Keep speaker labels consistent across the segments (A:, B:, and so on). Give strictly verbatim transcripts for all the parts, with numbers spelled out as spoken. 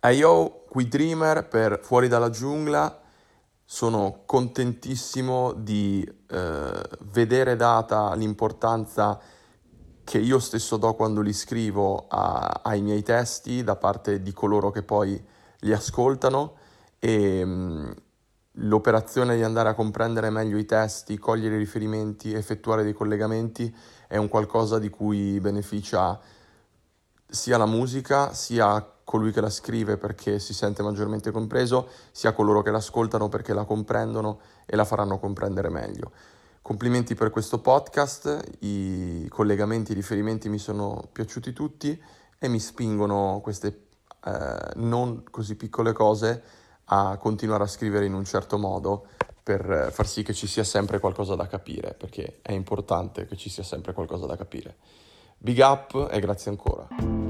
A: Hey yo, qui Dreamer per Fuori dalla giungla. Sono contentissimo di eh, vedere data l'importanza che io stesso do quando li scrivo a- ai miei testi da parte di coloro che poi li ascoltano e mh, l'operazione di andare a comprendere meglio i testi, cogliere i riferimenti, effettuare dei collegamenti è un qualcosa di cui beneficia sia la musica, sia colui che la scrive perché si sente maggiormente compreso, sia coloro che l'ascoltano perché la comprendono e la faranno comprendere meglio. Complimenti per questo podcast, i collegamenti, i riferimenti mi sono piaciuti tutti e mi spingono queste eh, non così piccole cose a continuare a scrivere in un certo modo per far sì che ci sia sempre qualcosa da capire, perché è importante che ci sia sempre qualcosa da capire. Big up e grazie ancora.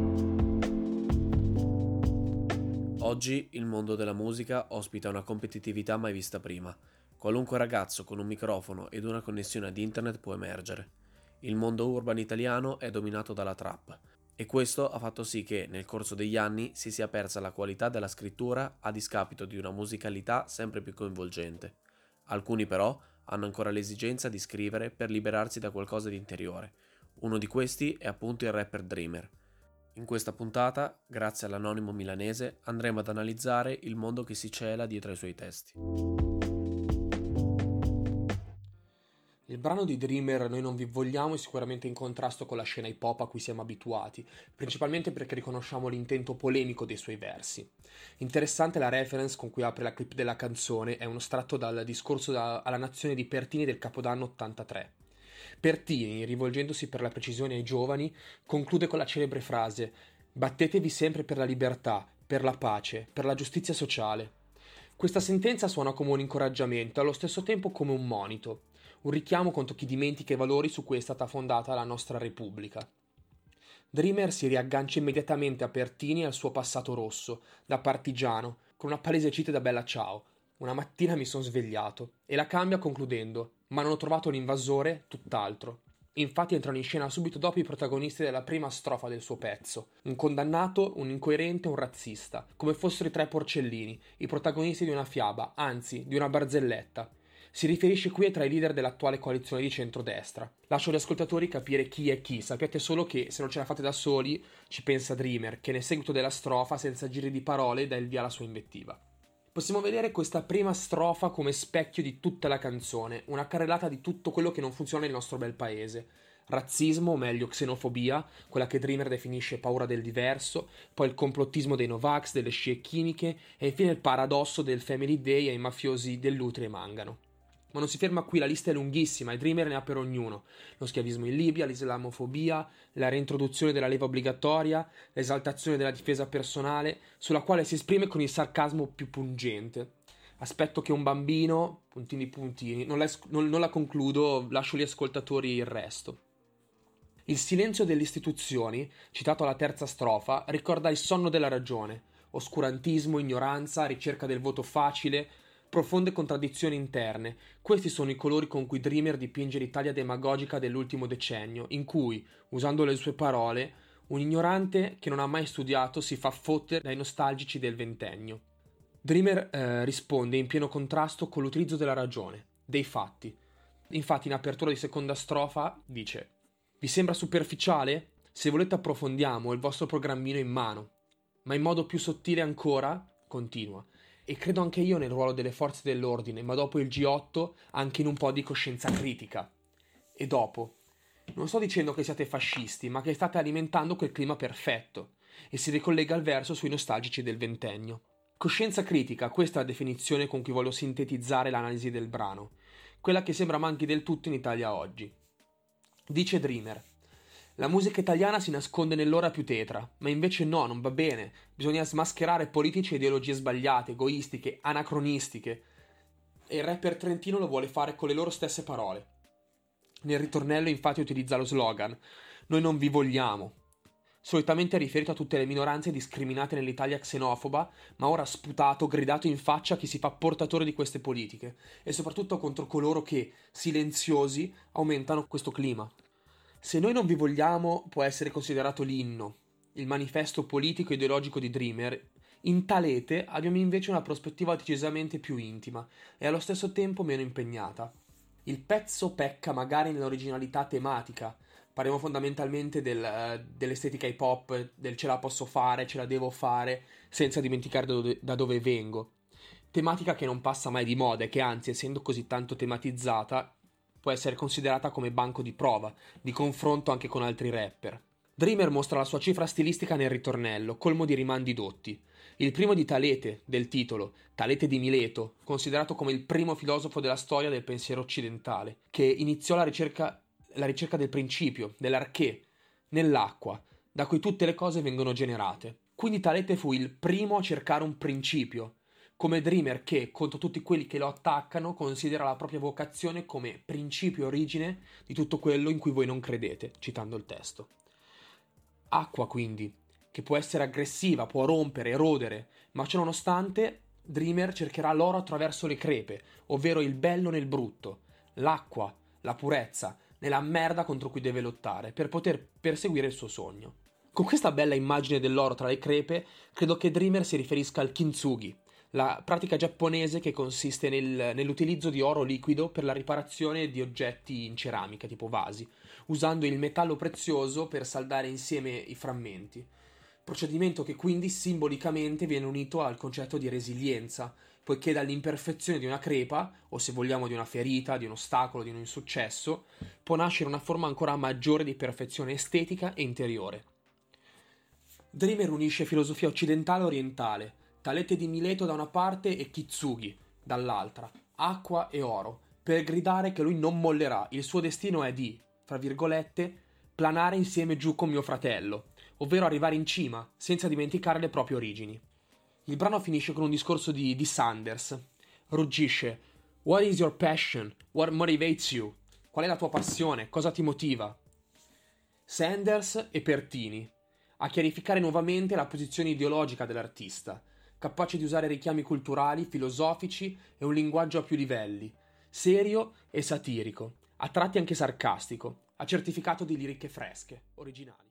B: Oggi il mondo della musica ospita una competitività mai vista prima. Qualunque ragazzo con un microfono ed una connessione ad internet può emergere. Il mondo urban italiano è dominato dalla trap e questo ha fatto sì che nel corso degli anni si sia persa la qualità della scrittura a discapito di una musicalità sempre più coinvolgente. Alcuni però hanno ancora l'esigenza di scrivere per liberarsi da qualcosa di interiore. Uno di questi è appunto il rapper Dreamer. In questa puntata, grazie all'anonimo milanese, andremo ad analizzare il mondo che si cela dietro ai suoi testi.
C: Il brano di Dreamer Noi non vi vogliamo è sicuramente in contrasto con la scena hip hop a cui siamo abituati, principalmente perché riconosciamo l'intento polemico dei suoi versi. Interessante la reference con cui apre la clip della canzone, è uno estratto dal discorso da- alla nazione di Pertini del Capodanno ottantatré. Pertini, rivolgendosi per la precisione ai giovani, conclude con la celebre frase: "Battetevi sempre per la libertà, per la pace, per la giustizia sociale". Questa sentenza suona come un incoraggiamento e allo stesso tempo come un monito, un richiamo contro chi dimentica i valori su cui è stata fondata la nostra Repubblica. Dreamer si riaggancia immediatamente a Pertini e al suo passato rosso, da partigiano, con una palese cita da Bella Ciao: "Una mattina mi son svegliato", e la cambia concludendo: "Ma non ho trovato un invasore, tutt'altro". Infatti entrano in scena subito dopo i protagonisti della prima strofa del suo pezzo: un condannato, un incoerente, un razzista, come fossero i tre porcellini, i protagonisti di una fiaba, anzi di una barzelletta. Si riferisce qui ai tre leader dell'attuale coalizione di centrodestra. Lascio agli ascoltatori capire chi è chi, sappiate solo che se non ce la fate da soli ci pensa Dreamer, che nel seguito della strofa, senza giri di parole, dà il via alla sua invettiva. Possiamo vedere questa prima strofa come specchio di tutta la canzone, una carrellata di tutto quello che non funziona nel nostro bel paese. Razzismo, o meglio xenofobia, quella che Dreamer definisce paura del diverso, poi il complottismo dei Novax, delle scie chimiche e infine il paradosso del Family Day e i mafiosi dell'Utri e Mangano. Ma non si ferma qui, la lista è lunghissima e Dreamer ne ha per ognuno: lo schiavismo in Libia, l'islamofobia, la reintroduzione della leva obbligatoria, l'esaltazione della difesa personale, sulla quale si esprime con il sarcasmo più pungente. Aspetto che un bambino, puntini puntini, non la, non, non la concludo, lascio agli ascoltatori il resto. Il silenzio delle istituzioni, citato alla terza strofa, ricorda il sonno della ragione: oscurantismo, ignoranza, ricerca del voto facile, profonde contraddizioni interne. Questi sono i colori con cui Dreamer dipinge l'Italia demagogica dell'ultimo decennio, in cui, usando le sue parole, un ignorante che non ha mai studiato si fa fottere dai nostalgici del ventennio. Dreamer eh, risponde in pieno contrasto con l'utilizzo della ragione, dei fatti. Infatti in apertura di seconda strofa dice: "Vi sembra superficiale? Se volete approfondiamo, ho il vostro programmino in mano". Ma in modo più sottile ancora, continua: "E credo anche io nel ruolo delle forze dell'ordine, ma dopo il G otto anche in un po' di coscienza critica". E dopo: "Non sto dicendo che siate fascisti, ma che state alimentando quel clima perfetto". E si ricollega al verso sui nostalgici del ventennio. Coscienza critica, questa è la definizione con cui voglio sintetizzare l'analisi del brano, quella che sembra manchi del tutto in Italia oggi. Dice Dreamer: "La musica italiana si nasconde nell'ora più tetra, ma invece no, non va bene. Bisogna smascherare politici e ideologie sbagliate, egoistiche, anacronistiche". E il rapper trentino lo vuole fare con le loro stesse parole. Nel ritornello infatti utilizza lo slogan: "Noi non vi vogliamo", solitamente riferito a tutte le minoranze discriminate nell'Italia xenofoba, ma ora sputato, gridato in faccia a chi si fa portatore di queste politiche, e soprattutto contro coloro che, silenziosi, aumentano questo clima. Se noi non vi vogliamo può essere considerato l'inno, il manifesto politico e ideologico di Dreamer, In Talete abbiamo invece una prospettiva decisamente più intima e allo stesso tempo meno impegnata. Il pezzo pecca magari nell'originalità tematica. Parliamo fondamentalmente del, uh, dell'estetica hip hop, del ce la posso fare, ce la devo fare, senza dimenticare da dove, da dove vengo. Tematica che non passa mai di moda e che anzi, essendo così tanto tematizzata, può essere considerata come banco di prova, di confronto anche con altri rapper. Dreamer mostra la sua cifra stilistica nel ritornello, colmo di rimandi dotti. Il primo di Talete, del titolo, Talete di Mileto, considerato come il primo filosofo della storia del pensiero occidentale, che iniziò la ricerca, la ricerca del principio, dell'arché, nell'acqua, da cui tutte le cose vengono generate. Quindi Talete fu il primo a cercare un principio, come Dreamer che, contro tutti quelli che lo attaccano, considera la propria vocazione come principio e origine di tutto quello in cui voi non credete, citando il testo. Acqua, quindi, che può essere aggressiva, può rompere, erodere, ma ciononostante Dreamer cercherà l'oro attraverso le crepe, ovvero il bello nel brutto, l'acqua, la purezza, nella merda contro cui deve lottare, per poter perseguire il suo sogno. Con questa bella immagine dell'oro tra le crepe, credo che Dreamer si riferisca al kintsugi, la pratica giapponese che consiste nel, nell'utilizzo di oro liquido per la riparazione di oggetti in ceramica, tipo vasi, usando il metallo prezioso per saldare insieme i frammenti. Procedimento che quindi simbolicamente viene unito al concetto di resilienza, poiché dall'imperfezione di una crepa, o se vogliamo di una ferita, di un ostacolo, di un insuccesso, può nascere una forma ancora maggiore di perfezione estetica e interiore. Dreamer unisce filosofia occidentale e orientale, Talete di Mileto da una parte e Kitsugi dall'altra, acqua e oro, per gridare che lui non mollerà, il suo destino è di, fra virgolette, planare insieme giù con mio fratello, ovvero arrivare in cima, senza dimenticare le proprie origini. Il brano finisce con un discorso di, di Sanders. Ruggisce: What is your passion? What motivates you? Qual è la tua passione? Cosa ti motiva? Sanders e Pertini, a chiarificare nuovamente la posizione ideologica dell'artista, capace di usare richiami culturali, filosofici e un linguaggio a più livelli, serio e satirico, a tratti anche sarcastico, a certificato di liriche fresche, originali.